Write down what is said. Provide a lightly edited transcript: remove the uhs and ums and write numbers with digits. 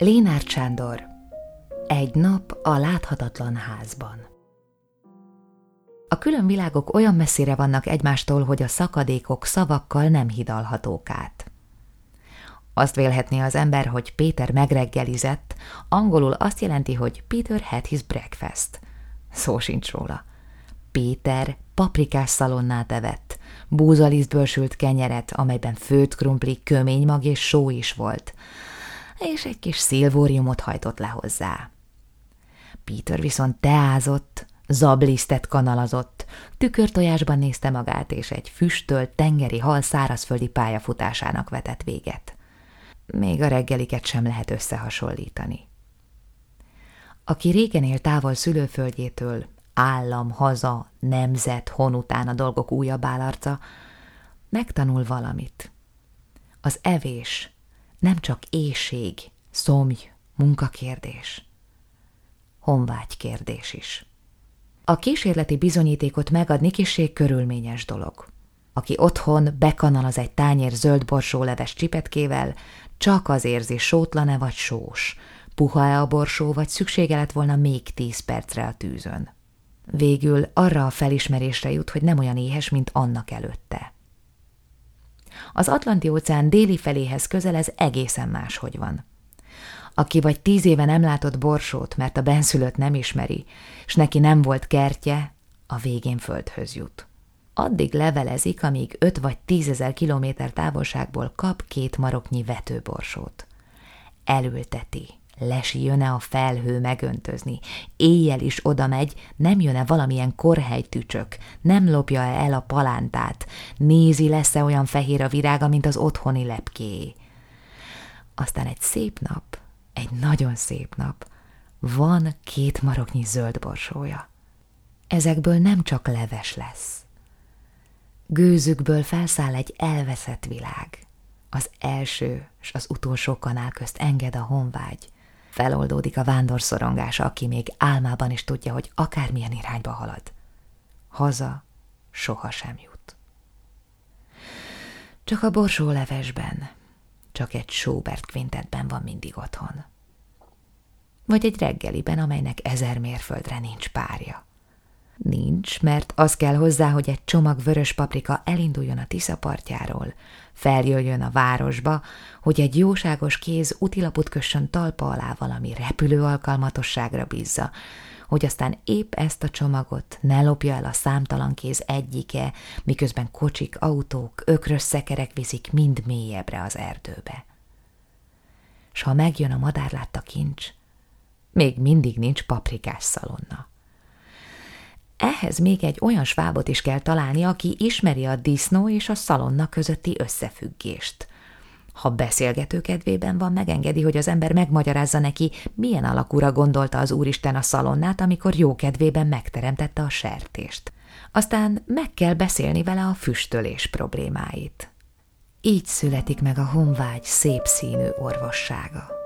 Lénárd Sándor. Egy nap a láthatatlan házban. A külön világok olyan messzire vannak egymástól, hogy a szakadékok szavakkal nem hidalhatók át. Azt vélhetné az ember, hogy Péter megreggelizett, angolul azt jelenti, hogy Peter had his breakfast. Szó sincs róla. Péter paprikás szalonnát evett, búzalisztből sült kenyeret, amelyben főtt krumpli, köménymag és só is volt, és egy kis szilvóriumot hajtott le hozzá. Peter viszont teázott, zablisztet kanalazott, tükörtojásban nézte magát, és egy füstölt tengeri hal szárazföldi pályafutásának vetett véget. Még a reggeliket sem lehet összehasonlítani. Aki régen él távol szülőföldjétől, állam, haza, nemzet, hon után a dolgok újabb állarca, megtanul valamit. Az evés nem csak éhség, szomj, munkakérdés, honvágy kérdés is. A kísérleti bizonyítékot megadni kissé körülményes dolog. Aki otthon bekanalaz egy tányér zöld borsóleves csipetkével, csak az érzi, sótlan-e vagy sós, puha-e a borsó, vagy szüksége lett volna még 10 percre a tűzön. Végül arra a felismerésre jut, hogy nem olyan éhes, mint annak előtte. Az Atlanti-óceán déli feléhez közel ez egészen máshogy van. Aki vagy 10 éve nem látott borsót, mert a benszülött nem ismeri, és neki nem volt kertje, a végén földhöz jut. Addig levelezik, amíg 5 vagy 10 000 kilométer távolságból kap 2 maroknyi vetőborsót. Elülteti, lesi, jön-e a felhő megöntözni, éjjel is oda megy, nem jön-e valamilyen korhely tücsök, nem lopja-e el a palántát, nézi, lesz-e olyan fehér a virága, mint az otthoni lepkéé. Aztán egy szép nap, egy nagyon szép nap, van 2 maroknyi zöld borsója. Ezekből nem csak leves lesz. Gőzükből felszáll egy elveszett világ. Az első és az utolsó kanál közt enged a honvágy. Feloldódik a vándorszorongás, aki még álmában is tudja, hogy akármilyen irányba halad. Haza sohasem jut. Csak a borsólevesben, csak egy Schubert kvintetben van mindig otthon. Vagy egy reggeliben, amelynek 1000 mérföldre nincs párja. Nincs, mert az kell hozzá, hogy egy csomag vörös paprika elinduljon a Tisza partjáról, feljöjjön a városba, hogy egy jóságos kéz útilapot kössön talpa alá valami repülő alkalmatosságra bízza, hogy aztán épp ezt a csomagot ne lopja el a számtalan kéz egyike, miközben kocsik, autók, ökrös szekerek viszik mind mélyebbre az erdőbe. S ha megjön a madárlátta kincs, még mindig nincs paprikás szalonna. Ehhez még egy olyan svábot is kell találni, aki ismeri a disznó és a szalonna közötti összefüggést. Ha beszélgető kedvében van, megengedi, hogy az ember megmagyarázza neki, milyen alakúra gondolta az Úristen a szalonnát, amikor jókedvében megteremtette a sertést. Aztán meg kell beszélni vele a füstölés problémáit. Így születik meg a honvágy szép színű orvossága.